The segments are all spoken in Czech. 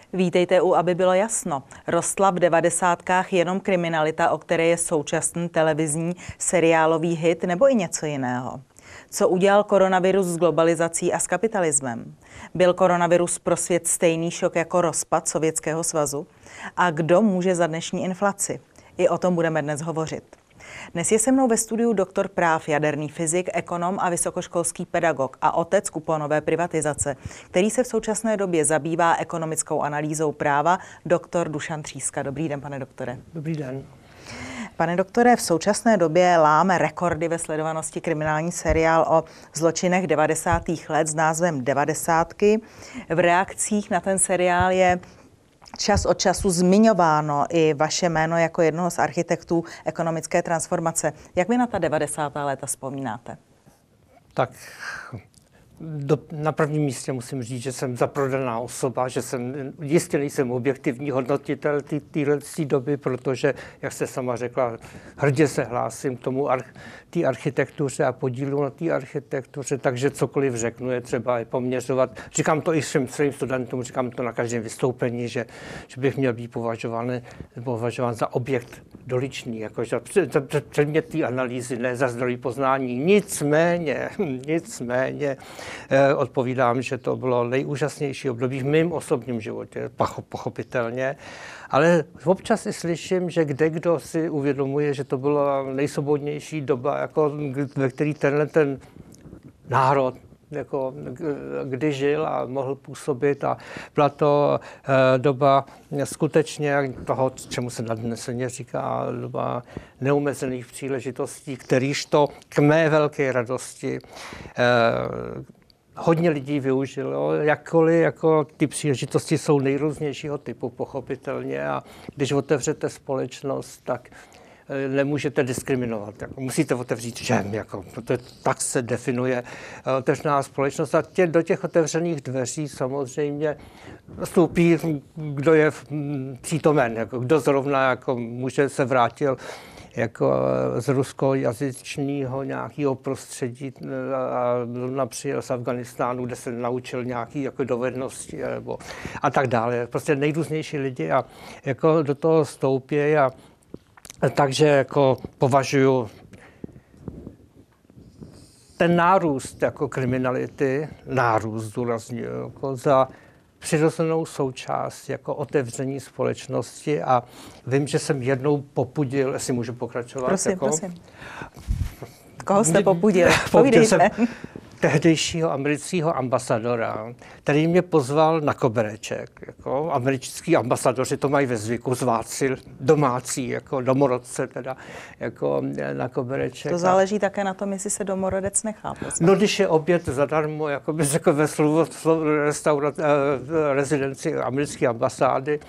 Vítejte u Aby bylo jasno. Rostla v 90kách jenom kriminalita, o které je současný televizní seriálový hit, nebo i něco jiného? Co udělal koronavirus s globalizací a s kapitalismem? Byl koronavirus pro svět stejný šok jako rozpad Sovětského svazu? A kdo může za dnešní inflaci? I o tom budeme dnes hovořit. Dnes je se mnou ve studiu doktor práv, jaderný fyzik, ekonom a vysokoškolský pedagog a otec kuponové privatizace, který se v současné době zabývá ekonomickou analýzou práva, doktor Dušan Tříska. Dobrý den, pane doktore. Dobrý den. Pane doktore, v současné době láme rekordy ve sledovanosti kriminální seriál o zločinech 90. let s názvem Devadesátky. V reakcích na ten seriál je čas od času zmiňováno i vaše jméno jako jednoho z architektů ekonomické transformace. Jak vy na ta 90. léta vzpomínáte? Tak na prvním místě musím říct, že jsem zaprodaná osoba, že jistě nejsem objektivní hodnotitel téhle doby, protože, jak jste sama řekla, hrdě se hlásím k tomu té architektuře a podílu na té architektuře, takže cokoliv řeknu je třeba je poměřovat. Říkám to i všem svým studentům, říkám to na každém vystoupení, že bych měl být považován za objekt doličný, jako za předmět té analýzy, ne za zdroj poznání. Nicméně odpovídám, že to bylo nejúžasnější období v mém osobním životě, pochopitelně, ale občas i slyším, že kdekdo si uvědomuje, že to byla nejsvobodnější doba, jako ve který ten národ jako kdy žil a mohl působit, a byla to doba skutečně toho, čemu se nadneseně říká, doba neomezených příležitostí, kterýž to k mé velké radosti hodně lidí využilo, jakkoliv jako ty příležitosti jsou nejrůznějšího typu, pochopitelně, a když otevřete společnost, tak nemůžete diskriminovat. Jako, musíte otevřít všem. Jako, tak se definuje otevřená společnost. A do těch otevřených dveří samozřejmě vstoupí, kdo je přítomen, jako, kdo zrovna jako, může se vrátil jako z ruskojazyčního nějakého prostředí a přijel z Afganistánu, kde se naučil nějaké jako dovednosti nebo a tak dále. Prostě nejrůznější lidi a jako do toho vstoupí, a takže jako považuji ten nárůst jako kriminality, zdůrazňuji, jako za přirozenou součást jako otevření společnosti, a vím, že jsem jednou popudil, jestli můžu pokračovat. Prosím. Koho jste popudil? Povídejte. Tehdejšího amerického ambasadora, který mě pozval na kobereček. Jako američtí ambasadoři to mají ve zvyku zvát si domácí, jako domorodce teda, jako na kobereček. To záleží také na tom, jestli se domorodec nechá pozvat. No, když je oběd zadarmo, jako by řekl ve rezidenci americké ambasády,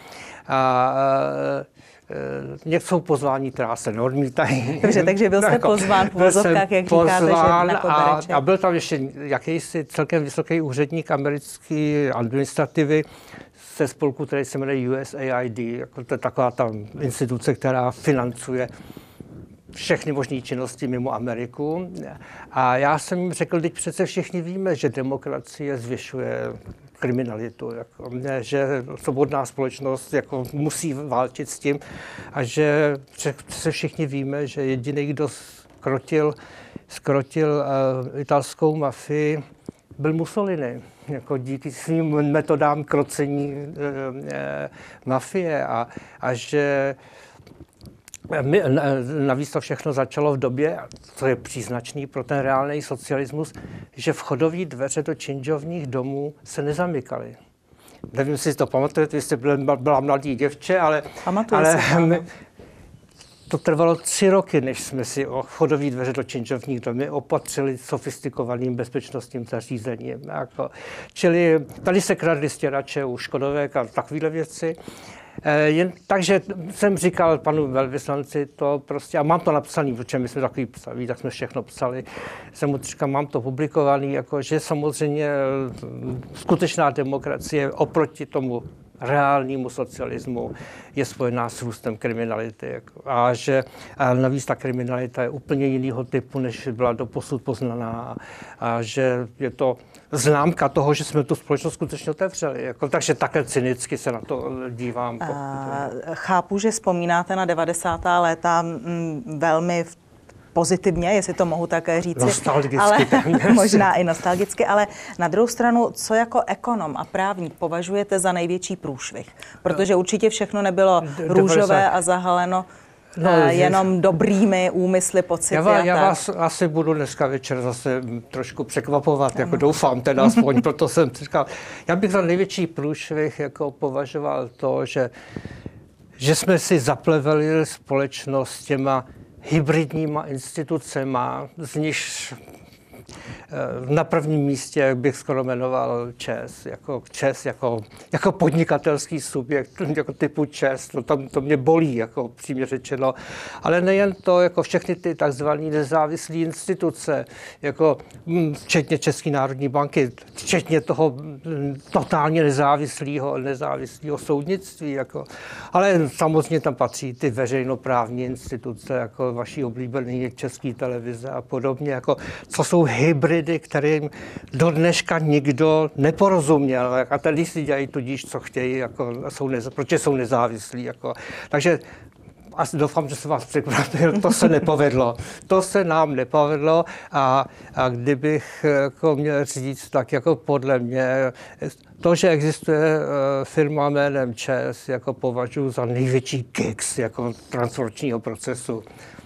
jsou pozvání, která se neodmítají. Dobře, takže byl jste pozván v vozovkách, jak říkáte, že na kobereček. A byl tam ještě jakýsi celkem vysoký úředník americké administrativy ze spolku, který se jmenuje USAID. Jako to je taková ta instituce, která financuje všechny možné činnosti mimo Ameriku. A já jsem jim řekl, teď přece všichni víme, že demokracie zvyšuje kriminalitu, jako, že svobodná společnost jako, musí válčit s tím, a že přece všichni víme, že jediný, kdo skrotil italskou mafii, byl Mussolini. Jako díky svým metodám krocení mafie, a že navíc to všechno začalo v době, co je příznačný pro ten reálný socialismus, že vchodové dveře do činžovních domů se nezamykaly. Nevím, jestli si to pamatujete, vy jste byla mladý děvče, ale to trvalo 3 roky, než jsme si vchodové dveře do činžovních domů opatřili sofistikovaným bezpečnostním zařízením. Jako, čili tady se kradly stěrače u Škodovek a takovéhle věci. Takže jsem říkal panu velvyslanci to prostě, a mám to napsané, protože my jsme takový psaví, tak jsme všechno psali. Jsem mu říkal, mám to publikovaný, jako, že samozřejmě skutečná demokracie oproti tomu reálnému socialismu je spojená s růstem kriminality. A navíc ta kriminalita je úplně jiného typu, než byla doposud poznaná. A že je to známka toho, že jsme tu společnost skutečně otevřeli. Takže také cynicky se na to dívám. Chápu, že vzpomínáte na 90. léta velmi pozitivně, jestli to mohu také říci. Nostalgicky možná i nostalgicky, ale na druhou stranu, co jako ekonom a právník považujete za největší průšvih? Protože určitě všechno nebylo růžové a zahaleno jenom dobrými úmysly, pocity já vás asi budu dneska večer zase trošku překvapovat, jako doufám teda aspoň, proto jsem říkal. Já bych za největší průšvih jako považoval to, že jsme si zapleveli společnost těma hybridníma institucema, z nichž na prvním místě, jak bych skoro jmenoval ČEZ, jako podnikatelský subjekt, jako typu ČEZ, to mě bolí, jako přímě řečeno. Ale nejen to, jako všechny ty takzvané nezávislé instituce, jako včetně České národní banky, včetně toho totálně nezávislého soudnictví. Ale samozřejmě tam patří ty veřejnoprávní instituce, jako vaší oblíbené České televize a podobně, co jsou hybridy, kterým do dneška nikdo neporozuměl. A tady si dělají tudíž, co chtějí, protože jsou nezávislí. Takže asi doufám, že se vás překvapil, to se nepovedlo. To se nám nepovedlo a kdybych měl říct, tak podle mě to, že existuje firma jménem ČEZ, považuji za největší kiks transformačního procesu.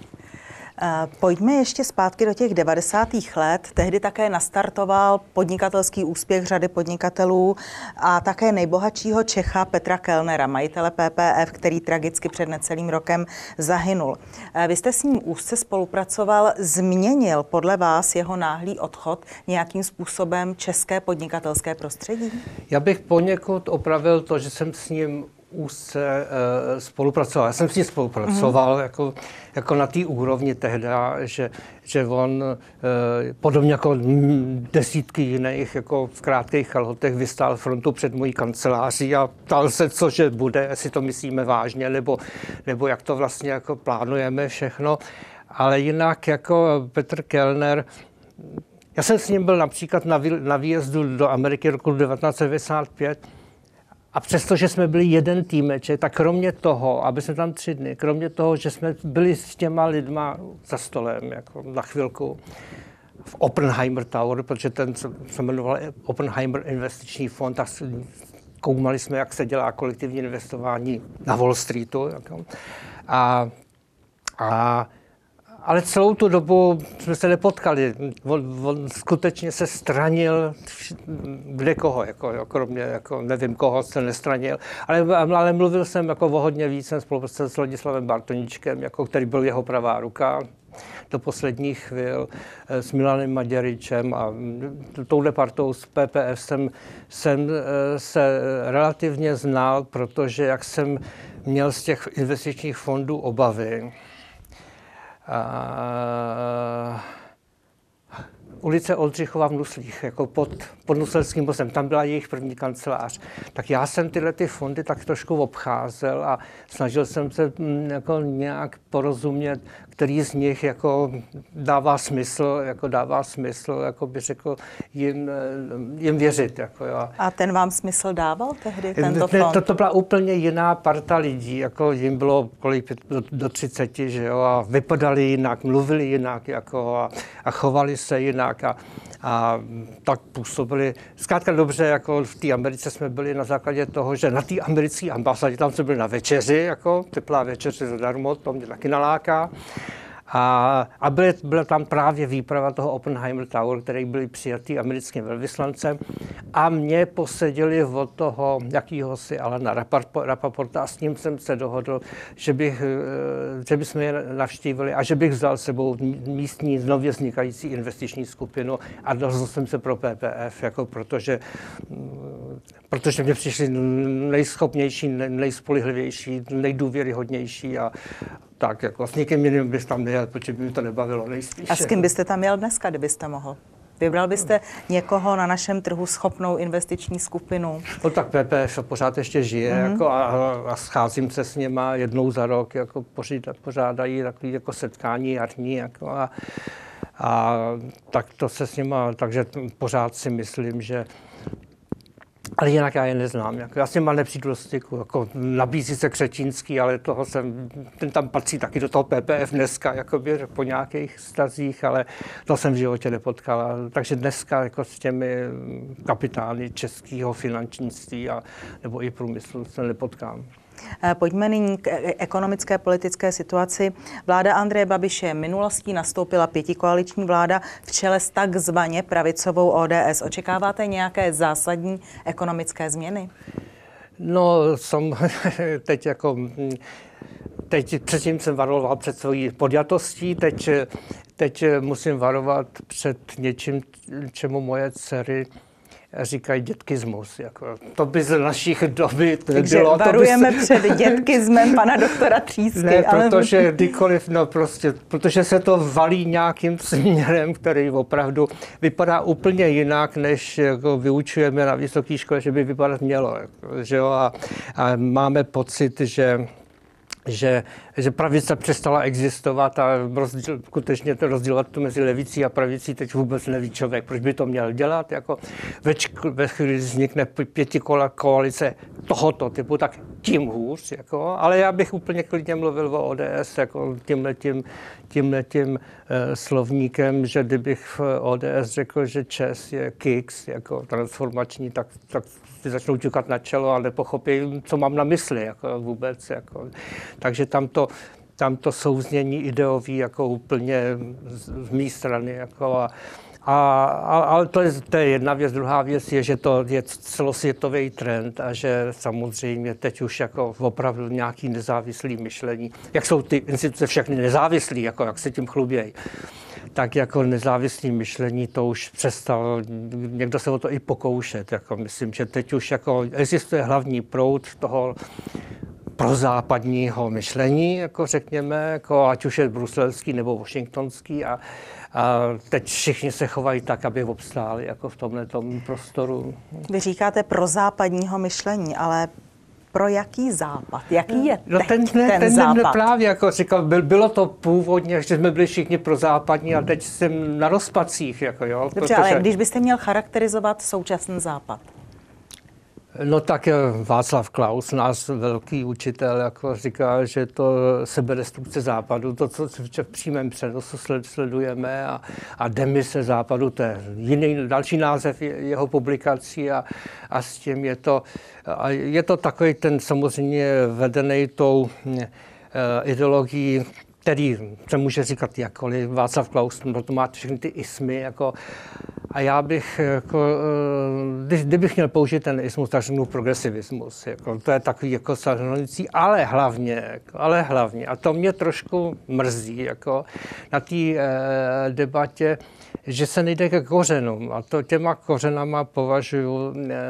Pojďme ještě zpátky do těch 90. let. Tehdy také nastartoval podnikatelský úspěch řady podnikatelů a také nejbohatšího Čecha Petra Kellnera, majitele PPF, který tragicky před necelým rokem zahynul. Vy jste s ním úzce spolupracoval. Změnil podle vás jeho náhlý odchod nějakým způsobem české podnikatelské prostředí? Já bych poněkud opravil to, že jsem s ním úzce spolupracoval. Já jsem s ním spolupracoval jako na té úrovni tehda, že on podobně jako desítky jiných v krátkých kalhotech vystál frontu před mojí kanceláří a ptal se, cože bude, jestli to myslíme vážně, nebo jak to vlastně plánujeme všechno. Ale jinak Petr Kellner, já jsem s ním byl například na výjezdu do Ameriky roku 1995, a přestože jsme byli jeden týmeček, tak kromě toho, aby jsme tam 3 dny, kromě toho, že jsme byli s těma lidma za stolem, na chvilku, v Oppenheimer Tower, protože ten se jmenoval Oppenheimer investiční fond, a koumali jsme, jak se dělá kolektivní investování na Wall Streetu. Ale celou tu dobu jsme se nepotkali. On skutečně se stranil kde koho, kromě nevím koho se nestranil. Ale mluvil jsem o hodně víc, jsem spolupracoval s Ladislavem Bartoníčkem, který byl jeho pravá ruka do posledních chvil, s Milanem Maďaričem a touhle partou z PPF jsem se relativně znal, protože jak jsem měl z těch investičních fondů obavy, ulice Oldřichova v Nuslích, pod Nuselským mostem, tam byla jejich první kancelář. Tak já jsem tyhle fondy tak trošku obcházel a snažil jsem se nějak porozumět, který z nich dává smysl, by řekl, jim věřit. A ten vám smysl dával tehdy, tento fond? To byla úplně jiná parta lidí, jim bylo do 30, že jo, a vypadali jinak, mluvili jinak, a chovali se jinak a tak působili. Zkrátka dobře, v té Americe jsme byli na základě toho, že na té americké ambasádě, tam jsme byli na večeři, teplá večeře zadarmo, to mě taky naláká. A byla tam právě výprava toho Oppenheimer Tower, který byli přijatý americkým velvyslancem a mě poseděli od toho jakýhosi Alana Rapaporta a s ním jsem se dohodl, že bychom je navštívili a že bych vzal sebou místní nově vznikající investiční skupinu a rozhodl jsem se pro PPF, protože mě přišli nejschopnější, nejspolehlivější, nejdůvěryhodnější a tak, s někým jiným bych tam nejel, protože by mi to nebavilo nejspíše. A s kým byste tam jel dneska, kdybyste mohl? Vybral byste někoho na našem trhu schopnou investiční skupinu? No tak PPF pořád ještě žije jako a scházím se s něma jednou za rok, jako pořádají takové jako setkání jarní jako a tak to se s nima, takže pořád si myslím, že ale jinak já je neznám. Jako já s nima nepřijdu do styku. Jako nabízí se Křetínský, ale ten tam patří taky do toho PPF dneska, jakoby, po nějakých stazích, ale to jsem v životě nepotkal. Takže dneska jako s těmi kapitány českého finančnictví nebo i průmyslu se nepotkám. Pojďme nyní k ekonomické politické situaci. Vláda Andreje Babiše minulostí nastoupila pětikoaliční vláda v čele s takzvaně pravicovou ODS. Očekáváte nějaké zásadní ekonomické změny? No, teď předtím jsem varoval před svojí podjatostí, teď musím varovat před něčím, čemu moje dcery říkají dětkismus. Jako, to by z našich doby takže bylo. Takže varujeme před dětkismem pana doktora Třísky. Ne, protože kdykoliv, protože se to valí nějakým směrem, který opravdu vypadá úplně jinak, než jako vyučujeme na vysoké škole, že by vypadat mělo. Jako, že jo? A máme pocit, že pravice přestala existovat a skutečně to rozdělovat tu mezi levicí a pravicí teď vůbec neví člověk, proč by to měl dělat. Jako ve chvíli vznikne pětikoalice tohoto typu, tak tím hůř. Jako, ale já bych úplně klidně mluvil o ODS jako tímhletím slovníkem, že kdybych v ODS řekl, že ČES je KIX, jako transformační, tak si začnou ťukat na čelo a nepochopí, co mám na mysli jako vůbec. Jako. Takže tamto souznění ideový jako úplně z mé strany. Jako ale to je jedna věc. Druhá věc je, že to je celosvětový trend a že samozřejmě teď už jako opravdu nějaký nezávislý myšlení, jak jsou ty instituce všechny nezávislí, jako jak se tím chlubějí, tak jako nezávislý myšlení to už přestalo, někdo se o to i pokoušet. Jako myslím, že teď už jako existuje hlavní proud toho prozápadního myšlení, jako řekněme, jako ať už je bruselský nebo washingtonský a teď všichni se chovají tak, aby obstáli jako v tomhletom prostoru. Vy říkáte prozápadního myšlení, ale pro jaký západ? Jaký je ten západ? Právě jako říkal, bylo to původně, že jsme byli všichni prozápadní a teď jsem na rozpacích. Jako, jo, dobře, ale když byste měl charakterizovat současný západ? No tak Václav Klaus, náš velký učitel, jako říká, že to sebedestrukce západu, to, co v přímém přenosu sledujeme a demise západu, to je jiný, další název jeho publikací a s tím je to takový ten samozřejmě vedený tou ideologií, který se může říkat jakkoliv. Václav Klaus, to má všechny ty ismy, jako, a já bych, jako, kdybych měl použít ten ismus, tak řeknu progresivismus. Jako, to je takový jako sahnující, ale hlavně, a to mě trošku mrzí, jako, na té debatě, že se nejde ke kořenům. A to těma kořenama považuji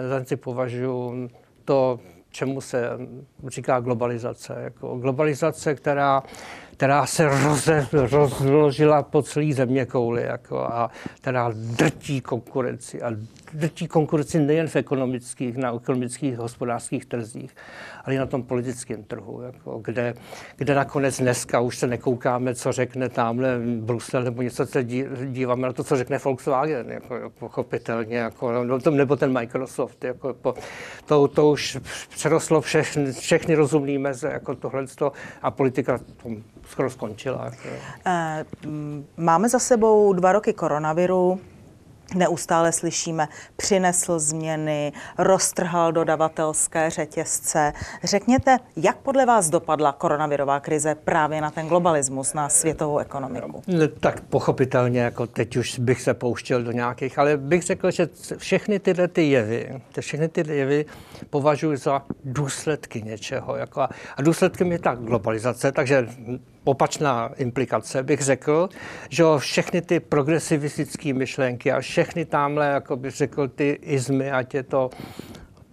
to, čemu se říká globalizace. Jako globalizace, která se rozložila po celé zeměkouli jako, a která drtí konkurenci nejen v na ekonomických hospodářských trzích, ale i na tom politickém trhu, jako, kde nakonec dneska už se nekoukáme, co řekne tamhle Brusel, nebo něco se díváme na to, co řekne Volkswagen, jako, pochopitelně, jako, nebo ten Microsoft. Jako, to už přerostlo všechny rozumné meze, jako tohleto, a politika skoro skončila. Máme za sebou 2 roky koronaviru. Neustále slyšíme, přinesl změny, roztrhal dodavatelské řetězce. Řekněte, jak podle vás dopadla koronavirová krize právě na ten globalismus, na světovou ekonomiku? Tak pochopitelně, jako teď už bych se pouštěl do nějakých, ale bych řekl, že všechny tyhle jevy považuji za důsledky něčeho. Jako a důsledkem je ta globalizace, takže opačná implikace, bych řekl, že všechny ty progresivistické myšlenky a všechny tamhle, jako bych řekl, ty izmy, ať je to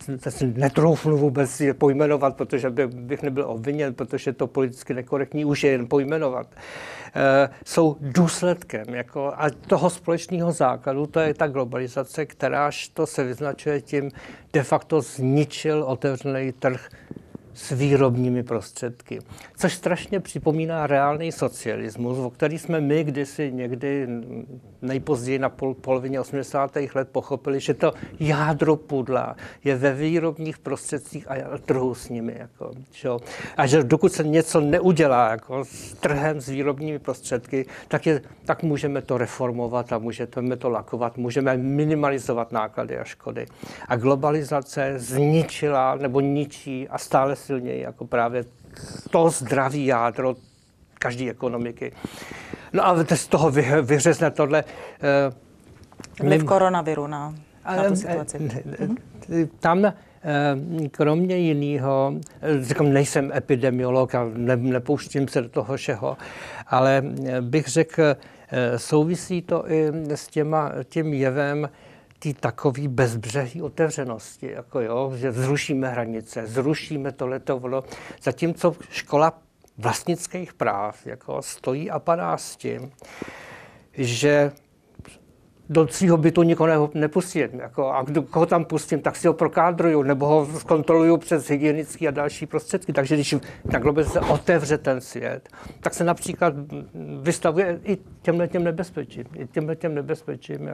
netroufnu vůbec je pojmenovat, protože bych nebyl obviněn, protože je to politicky nekorektní už je jen pojmenovat, jsou důsledkem a toho společného základu, to je ta globalizace, kteráž to se vyznačuje tím, de facto zničil otevřený trh s výrobními prostředky. Což strašně připomíná reálný socialismus, o který jsme my kdysi někdy nejpozději na polovině 80. let pochopili, že to jádro pudla je ve výrobních prostředcích a trhu s nimi. A že dokud se něco neudělá s trhem, s výrobními prostředky, tak můžeme to reformovat a můžeme to lakovat, můžeme minimalizovat náklady a škody. A globalizace zničila nebo ničí a stále silněji právě to zdraví jádro každé ekonomiky. No a z toho vyřezne tohle. V koronaviru na tu situaci. Tam kromě jiného, říkám, nejsem epidemiolog a nepouštím se do toho všeho, ale bych řekl, souvisí to i s tím jevem ty takový bezbřehý otevřenosti, že zrušíme hranice, zrušíme tohleto, zatímco škola vlastnických práv stojí a padá s tím, že do svého bytu nikoho nepustím. A koho tam pustím, tak si ho prokádruju, nebo ho zkontroluju přes hygienické a další prostředky. Takže když na globalizace otevře ten svět, tak se například vystavuje i těmhletěm nebezpečím.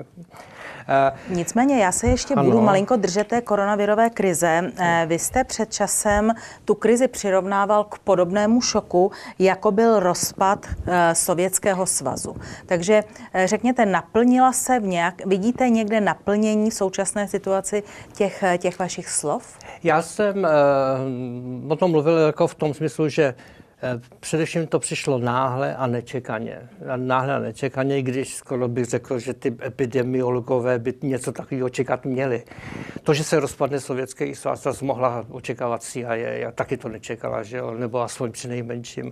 Nicméně já se ještě budu malinko držet té koronavirové krize. Vy jste před časem tu krizi přirovnával k podobnému šoku, jako byl rozpad Sovětského svazu. Takže řekněte, naplnila se vidíte někde naplnění v současné situaci těch vašich slov? Já jsem o tom mluvil v tom smyslu, že především to přišlo náhle a nečekaně. Když skoro bych řekl, že ty epidemiologové by něco takového čekat měli. To, že se rozpadne Sovětský svaz, zase mohla očekávat CIA, a taky to nečekala, že jo? Nebo aspoň přinejmenším.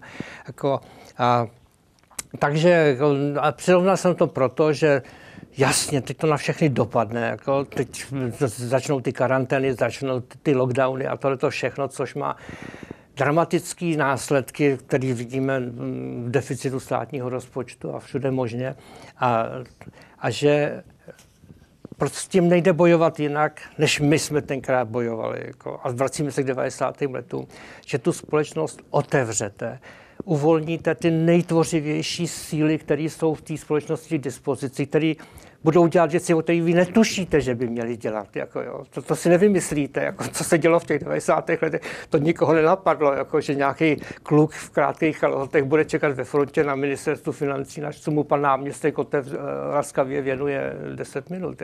Takže přirovnal jsem to proto, že jasně, teď to na všechny dopadne, teď začnou ty karantény, začnou ty lockdowny a tohle všechno, což má dramatické následky, které vidíme v deficitu státního rozpočtu a všude možně. A že prostě s tím nejde bojovat jinak, než my jsme tenkrát bojovali. A vracíme se k 90. letům, že tu společnost otevřete, uvolníte ty nejtvořivější síly, které jsou v té společnosti k dispozici, které budou dělat věci, o kterých vy netušíte, že by měli dělat. To si nevymyslíte, co se dělo v těch 90. letech. To nikoho nenapadlo, že nějaký kluk v krátkých kalhotech bude čekat ve frontě na ministerstvu financí, na co mu pan náměstek laskavě věnuje 10 minut.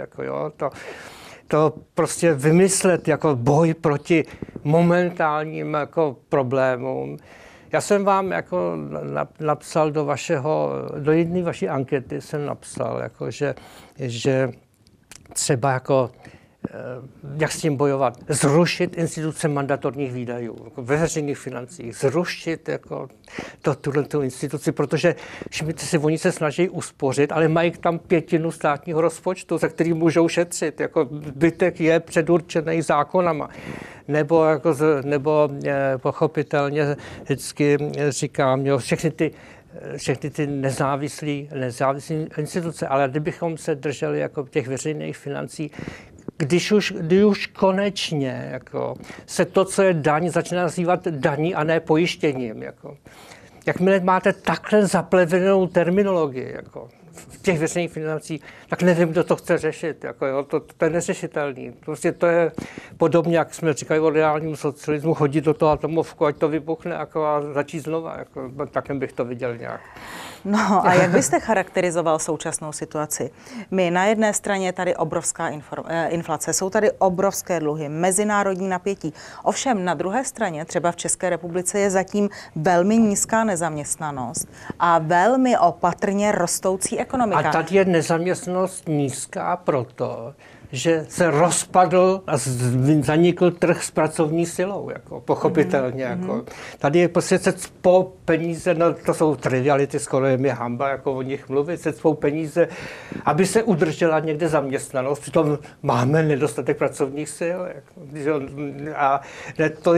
To prostě vymyslet jako boj proti momentálním problémům. Já jsem vám napsal do jedné vaší ankety jsem napsal, že třeba jak s tím bojovat, zrušit instituce mandatorních výdajů ve veřejných financích, zrušit tuto instituci, protože všimněte si, oni se snaží uspořit, ale mají tam 1/5 státního rozpočtu, za který můžou šetřit. Zbytek je předurčený zákonama. Nebo pochopitelně vždycky říkám, všechny ty nezávislé instituce, ale kdybychom se drželi těch veřejných financí, když už konečně se to, co je daň, začíná nazývat daní a ne pojištěním. Jakmile máte takhle zaplevenou terminologii v těch veřejných financích, tak nevím, kdo to chce řešit. To je neřešitelný. Prostě to je podobně, jak jsme říkali o reálním socialismu, chodit do toho atomovku, ať to vybuchne a začít znova. Takem bych to viděl nějak. No a jak byste charakterizoval současnou situaci? My na jedné straně je tady obrovská inflace, jsou tady obrovské dluhy, mezinárodní napětí. Ovšem na druhé straně, třeba v České republice, je zatím velmi nízká nezaměstnanost a velmi opatrně rostoucí ekonomika. A tady je nezaměstnanost nízká proto, že se rozpadl a zanikl trh s pracovní silou, jako pochopitelně. Jako. Tady je prostě se cpou peníze, no to jsou triviality, skoro je mi hamba jako o nich mluvit, se cpou peníze, aby se udržela někde zaměstnanost, přitom máme nedostatek pracovních sil. Jako, a to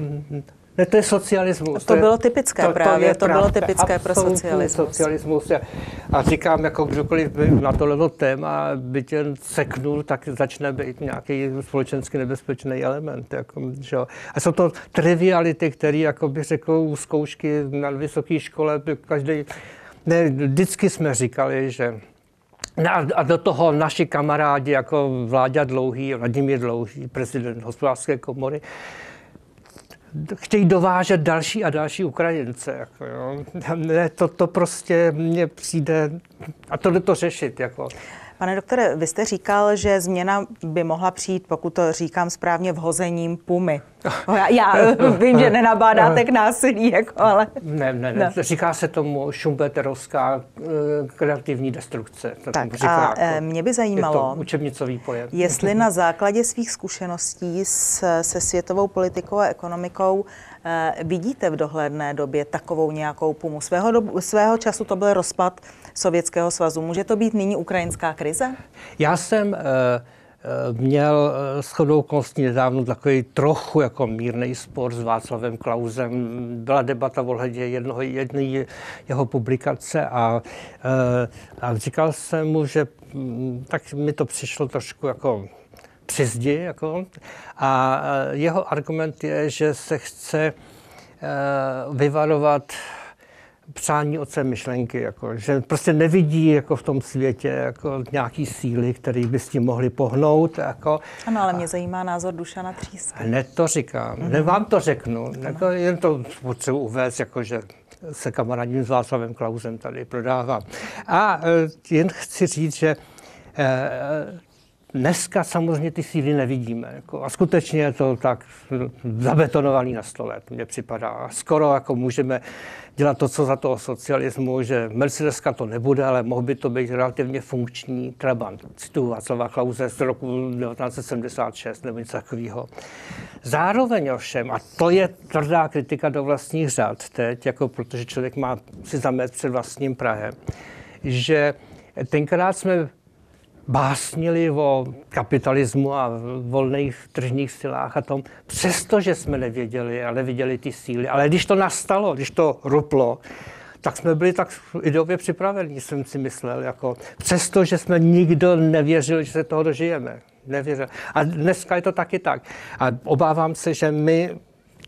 je socialismus. To bylo typické právě, to bylo typické pro socialismus. A říkám, jako kdokoliv by na tohleto téma by tě seknul, tak začne být nějaký společensky nebezpečný element. Jako, že? A jsou to triviality, které, jako bych řekl, u zkoušky na vysoké škole by každý... Ne, vždycky jsme říkali, že a do toho naši kamarádi, jako Vláďa Dlouhý, Vladimír Dlouhý, prezident hospodářské komory, chtějí dovážet další a další Ukrajince. Jako, jo. Ne, to prostě mně přijde, a to jde to řešit. Jako. Pane doktore, vy jste říkal, že změna by mohla přijít, pokud to říkám správně, vhozením pumy. Já vím, že nenabádáte k násilí, jako, ale... Ne. Říká se tomu schumpeterovská kreativní destrukce. Tak a mě by zajímalo, je to učebnicový pojem. Jestli na základě svých zkušeností se světovou politikou a ekonomikou vidíte v dohledné době takovou nějakou pumu. Svého času to byl rozpad Sovětského svazu. Může to být nyní ukrajinská krize? Já jsem měl shodou okolností nedávno takový trochu jako mírný spor s Václavem Klausem. Byla debata ohledně jedné jeho publikace a říkal jsem mu, že tak mi to přišlo trošku jako při zdi. Jako, a jeho argument je, že se chce vyvarovat přání otce myšlenky, jako, že prostě nevidí jako v tom světě jako nějaký síly, které by s tím mohli pohnout. Jako. Ano, ale mě zajímá názor Dušana Třísky. Hned to říkám, vám to řeknu, jako, jen to potřebuji uvést, jako, že se kamarádím s Václavem Klausem tady prodávám. A jen chci říct, že dneska samozřejmě ty síly nevidíme. Jako, a skutečně je to tak zabetonovaný na stole, to mně připadá. Skoro jako můžeme dělat to, co za toho socialismu, že Mercedeska to nebude, ale mohl by to být relativně funkční Trabant. Cituji Václava Klause z roku 1976 nebo něco takového. Zároveň ovšem, a to je tvrdá kritika do vlastních řad teď, jako protože člověk má si zamést před vlastním prahem, že tenkrát jsme básnili o kapitalismu a volných tržních silách a tom, přestože jsme nevěděli a neviděli ty síly. Ale když to nastalo, když to ruplo, tak jsme byli tak ideově připraveni, jsem si myslel. Jako, přestože jsme nikdo nevěřil, že se toho dožijeme. Nevěřil. A dneska je to taky tak. A obávám se, že my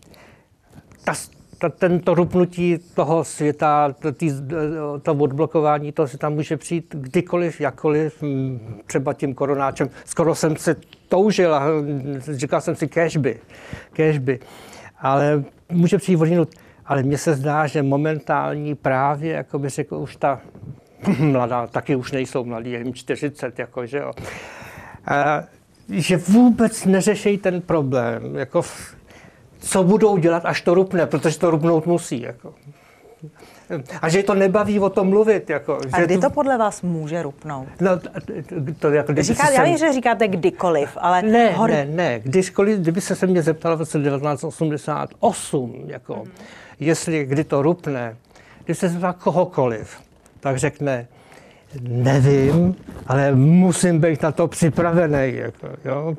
tento rupnutí toho světa, to odblokování toho světa může přijít kdykoliv, jakkoliv, třeba tím koronáčem. Skoro jsem se toužil a říkal jsem si kéžby. Ale může přijít odinut. Ale mně se zdá, že momentální právě, jako by řekl, už ta mladá, taky už nejsou mladí, je jim 40, jako, že jo. Že vůbec neřeší ten problém, jako co budou dělat, až to rupne, protože to rupnout musí. Jako. A že to nebaví o tom mluvit. Jako, a kdy to podle vás může rupnout? No, to jako, já vím, že říkáte kdykoliv, ale... Ne. Kdyby se mě zeptal v roce 1988, jako, kdy to rupne, když se zeptal kohokoliv, tak řekne, nevím, ale musím být na to připravený. Jako, jo?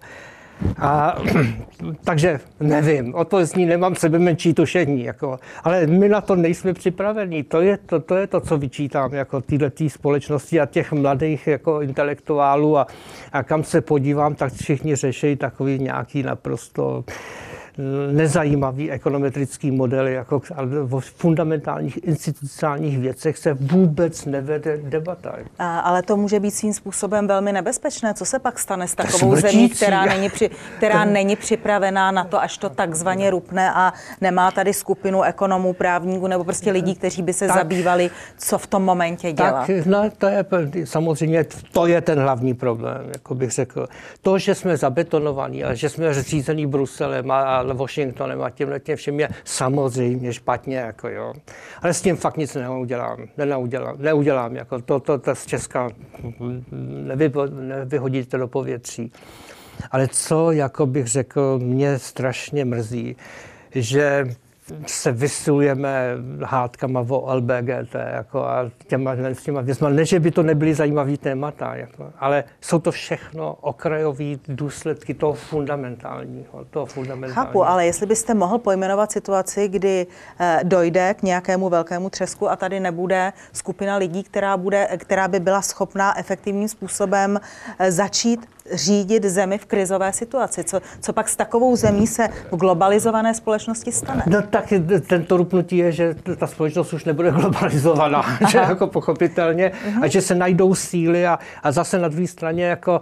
Takže nevím, odpověď zní, nemám sebe menší tušení, jako, ale my na to nejsme připraveni. To je to, co vyčítám jako této společnosti a těch mladých jako intelektuálů a kam se podívám, tak všichni řeší takový nějaký naprosto nezajímavý ekonometrický modely, jako o fundamentálních institucionálních věcech se vůbec nevede debata. Ale to může být svým způsobem velmi nebezpečné. Co se pak stane s takovou zemí, která není připravená na to, až to takzvaně rupne a nemá tady skupinu ekonomů, právníků nebo prostě lidí, kteří by se zabývali, co v tom momentě dělat? Tak, no, to je samozřejmě, to je ten hlavní problém, jako bych řekl. To, že jsme zabetonovaní a že jsme řízení Bruselem a Washingtonem a tímhletím všem je samozřejmě špatně, jako jo. Ale s tím fakt nic neudělám, jako to z Česka nevyhodíte do povětří. Ale co, jako bych řekl, mě strašně mrzí, že se vysilujeme hádkama o LBGT jako a těma věcma. Ne, že by to nebyly zajímavý témata, jako, ale jsou to všechno okrajové důsledky toho fundamentálního. Chápu, ale jestli byste mohl pojmenovat situaci, kdy dojde k nějakému velkému třesku a tady nebude skupina lidí, která by byla schopná efektivním způsobem začít řídit zemi v krizové situaci. Co pak s takovou zemí se v globalizované společnosti stane? No tak tento rupnutí je, že ta společnost už nebude globalizovaná, že jako pochopitelně, a že se najdou síly a zase na druhé straně jako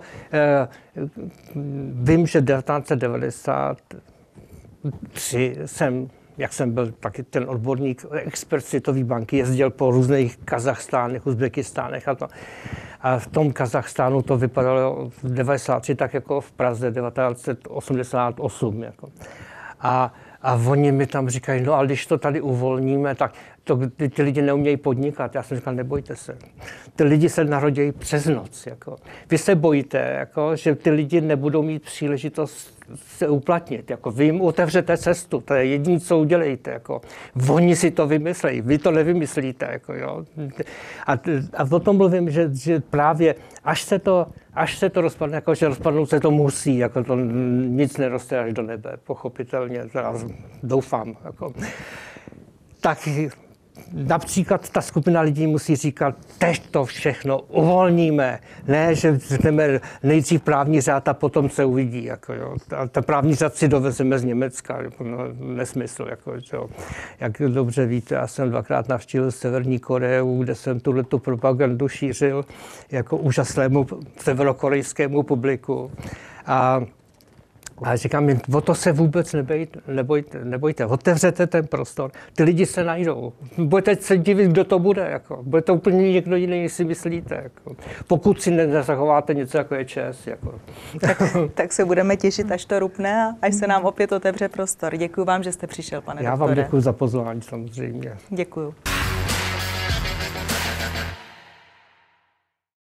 vím, že 1993 jak jsem byl taky ten odborník, expert Světové banky, jezdil po různých Kazachstánech, Uzbekistánech a to. A v tom Kazachstánu to vypadalo v 93 tak jako v Praze 1988. Jako. A oni mi tam říkají, no ale když to tady uvolníme, tak ty lidi neumějí podnikat. Já jsem říkal, nebojte se. Ty lidi se narodí přes noc. Jako. Vy se bojíte, jako, že ty lidi nebudou mít příležitost se uplatnit. Jako. Vy jim otevřete cestu, to je jediné, co udělejte. Jako. Oni si to vymyslejí, vy to nevymyslíte. Jako, jo. A o tom mluvím, že právě až se to rozpadne, jako, že rozpadnout se to musí, jako to nic neroste až do nebe, pochopitelně, doufám. Jako. Tak například ta skupina lidí musí říkat, teď to všechno uvolníme. Ne, že řekneme nejdřív právní řád a potom se uvidí. Jako, jo. Ta právní řád si dovezeme z Německa. Jako, no, nesmysl. Jako, jo. Jak dobře víte, já jsem 2krát navštívil Severní Koreu, kde jsem tuhletu propagandu šířil jako úžasnému severokorejskému publiku. A říkám, o to se vůbec nebojte, otevřete ten prostor, ty lidi se najdou. Budete se divit, kdo to bude, jako. Bude to úplně někdo jiný, než si myslíte. Jako. Pokud si nezachováte něco, jako je ČEZ. Jako. Tak se budeme těšit, až to rupne a až se nám opět otevře prostor. Děkuji vám, že jste přišel, pane doktore. Já vám děkuji za pozvání, samozřejmě. Děkuji.